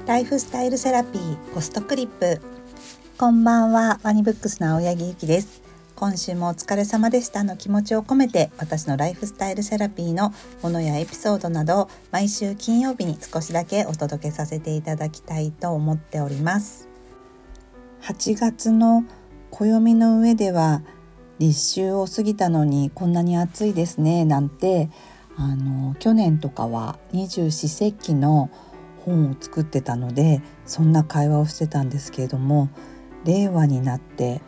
ライフスタイルセラピーポストクリップ。こんばんは、ワニブックスの青柳ゆきです。今週もお疲れ様でしたの気持ちを込めて、私のライフスタイルセラピーのものやエピソードなどを毎週金曜日に少しだけお届けさせていただきたいと思っております。8月の暦の上では立秋を過ぎたのにこんなに暑いですねなんて、去年とかは二十四節気の本を作ってたのでそんな会話をしてたんですけれども、令和になって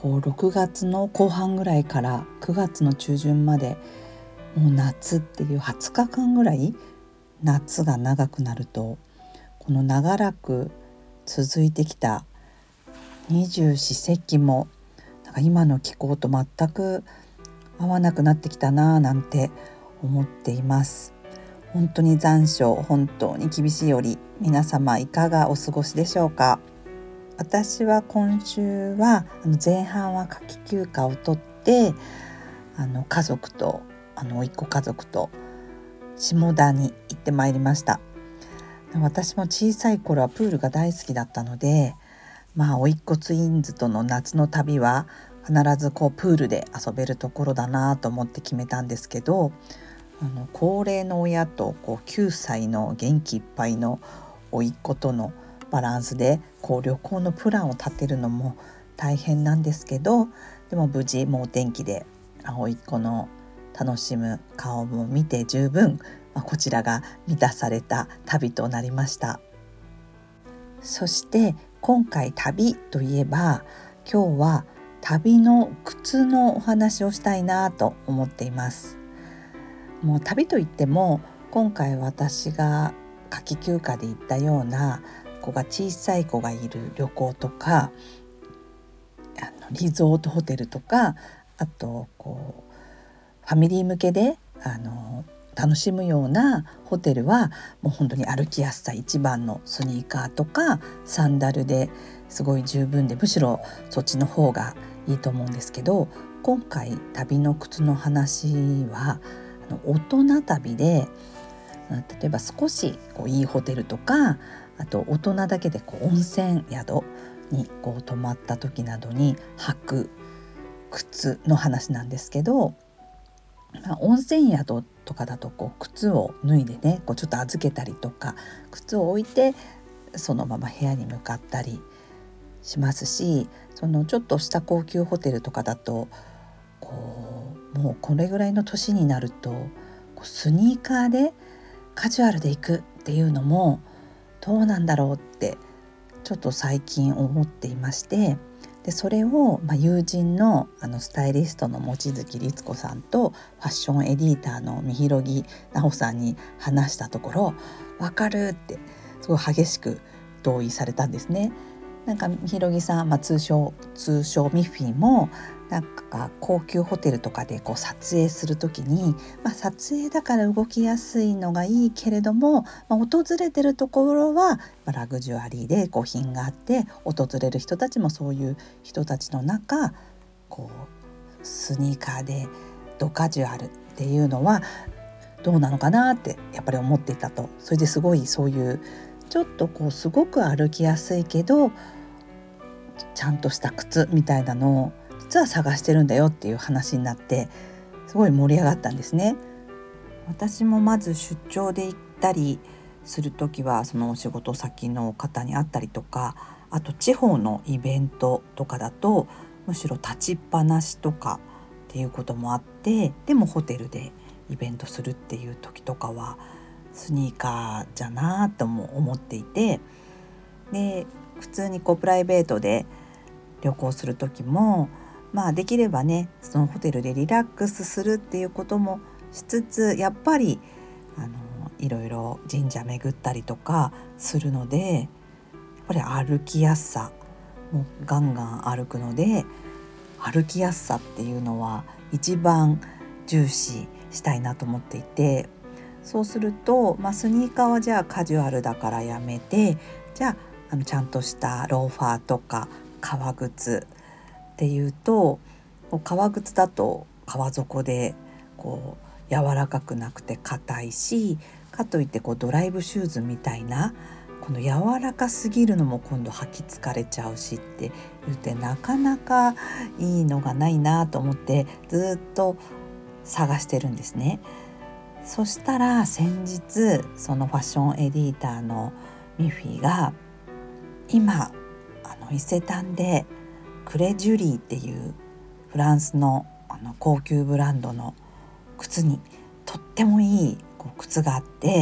6月の後半ぐらいから9月の中旬までもう夏っていう20日間ぐらい夏が長くなると、この長らく続いてきた二十四節気もなんか今の気候と全く合わなくなってきたななんて思っています。本当に残暑、本当に厳しい折、皆様いかがお過ごしでしょうか。私は今週は前半は夏季休暇を取って家族と甥っ子家族と下田に行ってまいりました。私も小さい頃はプールが大好きだったので、甥っ子ツインズとの夏の旅は必ずプールで遊べるところだなと思って決めたんですけど、高齢の親と9歳の元気いっぱいの甥っ子とのバランスで旅行のプランを立てるのも大変なんですけど、でも無事もう天気で甥っ子の楽しむ顔も見て十分、こちらが満たされた旅となりました。そして今回旅といえば、今日は旅の靴のお話をしたいなと思っています。もう旅といっても今回私が夏季休暇で行ったような子が小さい子がいる旅行とか、リゾートホテルとか、あとファミリー向けで楽しむようなホテルはもう本当に歩きやすさ一番のスニーカーとかサンダルですごい十分で、むしろそっちの方がいいと思うんですけど、今回旅の靴の話は大人旅で、例えば少しいいホテルとか、あと大人だけで温泉宿に泊まった時などに履く靴の話なんですけど、温泉宿とかだと靴を脱いでねちょっと預けたりとか、靴を置いてそのまま部屋に向かったりしますし、ちょっとした高級ホテルとかだともうこれぐらいの年になるとスニーカーでカジュアルで行くっていうのもどうなんだろうってちょっと最近思っていまして、でそれを友人のスタイリストの望月律子さんとファッションエディーターの三広木奈穂さんに話したところ、分かるってすごい激しく同意されたんですね。なんか三広木さん、通称ミッフィーもなんか高級ホテルとかで撮影するときに、撮影だから動きやすいのがいいけれども、訪れてるところはラグジュアリーで品があって、訪れる人たちもそういう人たちの中スニーカーでドカジュアルっていうのはどうなのかなってやっぱり思っていたと。それですごいそういうちょっとすごく歩きやすいけどちゃんとした靴みたいなのを実は探してるんだよっていう話になって、すごい盛り上がったんですね。私もまず出張で行ったりするときはそのお仕事先の方に会ったりとか、あと地方のイベントとかだとむしろ立ちっぱなしとかっていうこともあって、でもホテルでイベントするっていう時とかはスニーカーじゃなとも思っていて、で普通にプライベートで旅行する時もできればねそのホテルでリラックスするっていうこともしつつ、やっぱりいろいろ神社巡ったりとかするので、やっぱり歩きやすさもガンガン歩くので、歩きやすさっていうのは一番重視したいなと思っていて、そうすると、スニーカーはじゃあカジュアルだからやめて、じゃあちゃんとしたローファーとか革靴っていうと、革靴だと革底で柔らかくなくて硬いし、かといってドライブシューズみたいなこの柔らかすぎるのも今度履き疲れちゃうしって言ってなかなかいいのがないなと思ってずっと探してるんですね。そしたら先日そのファッションエディターのミッフィーが今伊勢丹でクレジュリーっていうフランスの高級ブランドの靴にとってもいい靴があって、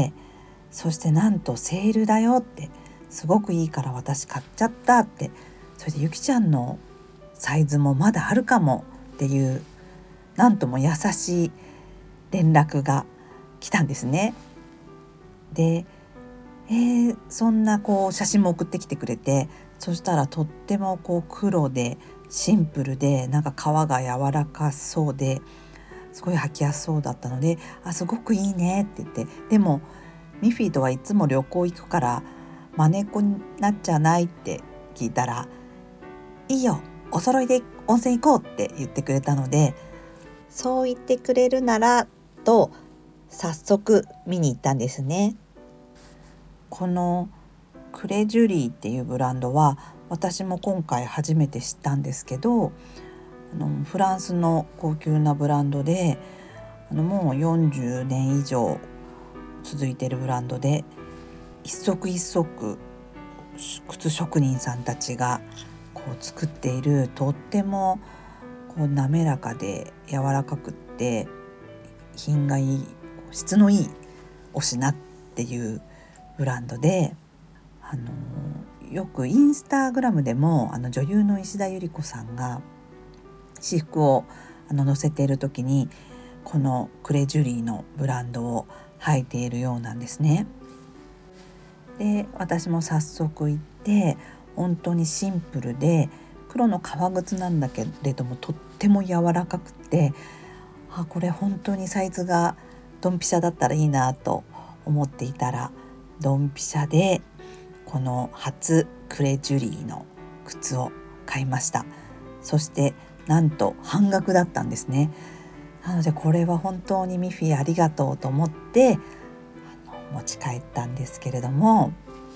そしてなんとセールだよって、すごくいいから私買っちゃったって、それでゆきちゃんのサイズもまだあるかもっていうなんとも優しい連絡が来たんですね。で、そんな写真も送ってきてくれて、そしたらとっても黒でシンプルでなんか皮が柔らかそうですごい履きやすそうだったので、すごくいいねって言って、でもミッフィーとはいつも旅行行くからマネっこになっちゃないって聞いたら、いいよお揃いで温泉行こうって言ってくれたので、そう言ってくれるならと早速見に行ったんですね。このクレジュリーっていうブランドは私も今回初めて知ったんですけど、フランスの高級なブランドでもう40年以上続いているブランドで、一足一足靴職人さんたちが作っているとっても滑らかで柔らかくって品がいい質のいいお品っていうブランドで、よくインスタグラムでも女優の石田ゆり子さんが私服を載せている時にこのクレジュリーのブランドを履いているようなんですね。で、私も早速行って、本当にシンプルで黒の革靴なんだけれどもとっても柔らかくて、これ本当にサイズがドンピシャだったらいいなと思っていたら、ドンピシャでこの初クレジュリーの靴を買いました。そしてなんと半額だったんですね。なのでこれは本当にミッフィーありがとうと思って持ち帰ったんですけれども、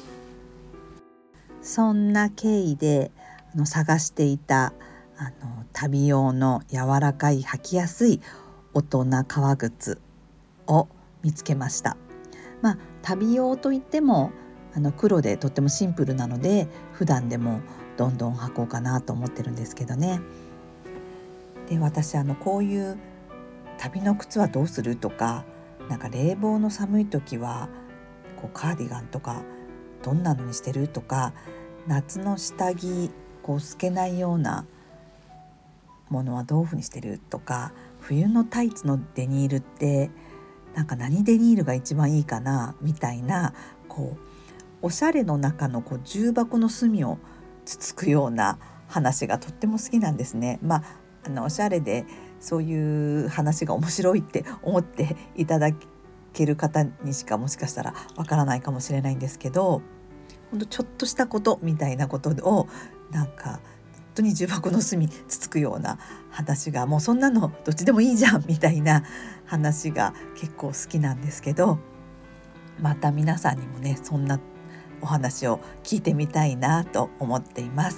そんな経緯で探していた旅用の柔らかい履きやすい大人革靴を見つけました。旅用といっても黒でとってもシンプルなので普段でもどんどん履こうかなと思ってるんですけどね。で、私こういう旅の靴はどうするとか、なんか冷房の寒い時はカーディガンとかどんなのにしてるとか、夏の下着透けないようなものはどういうふうにしてるとか、冬のタイツのデニールってなんか何デニールが一番いいかなみたいなおしゃれの中の重箱の隅をつつくような話がとっても好きなんですね。おしゃれでそういう話が面白いって思っていただける方にしかもしかしたらわからないかもしれないんですけど、ほんとちょっとしたことみたいなことをなんか本当に重箱の隅つつくような話が、もうそんなのどっちでもいいじゃんみたいな話が結構好きなんですけど、また皆さんにもねそんなお話を聞いてみたいなと思っています。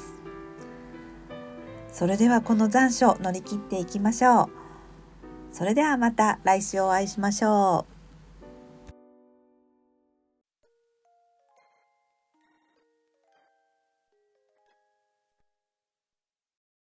それではこの残暑乗り切っていきましょう。それではまた来週お会いしましょう。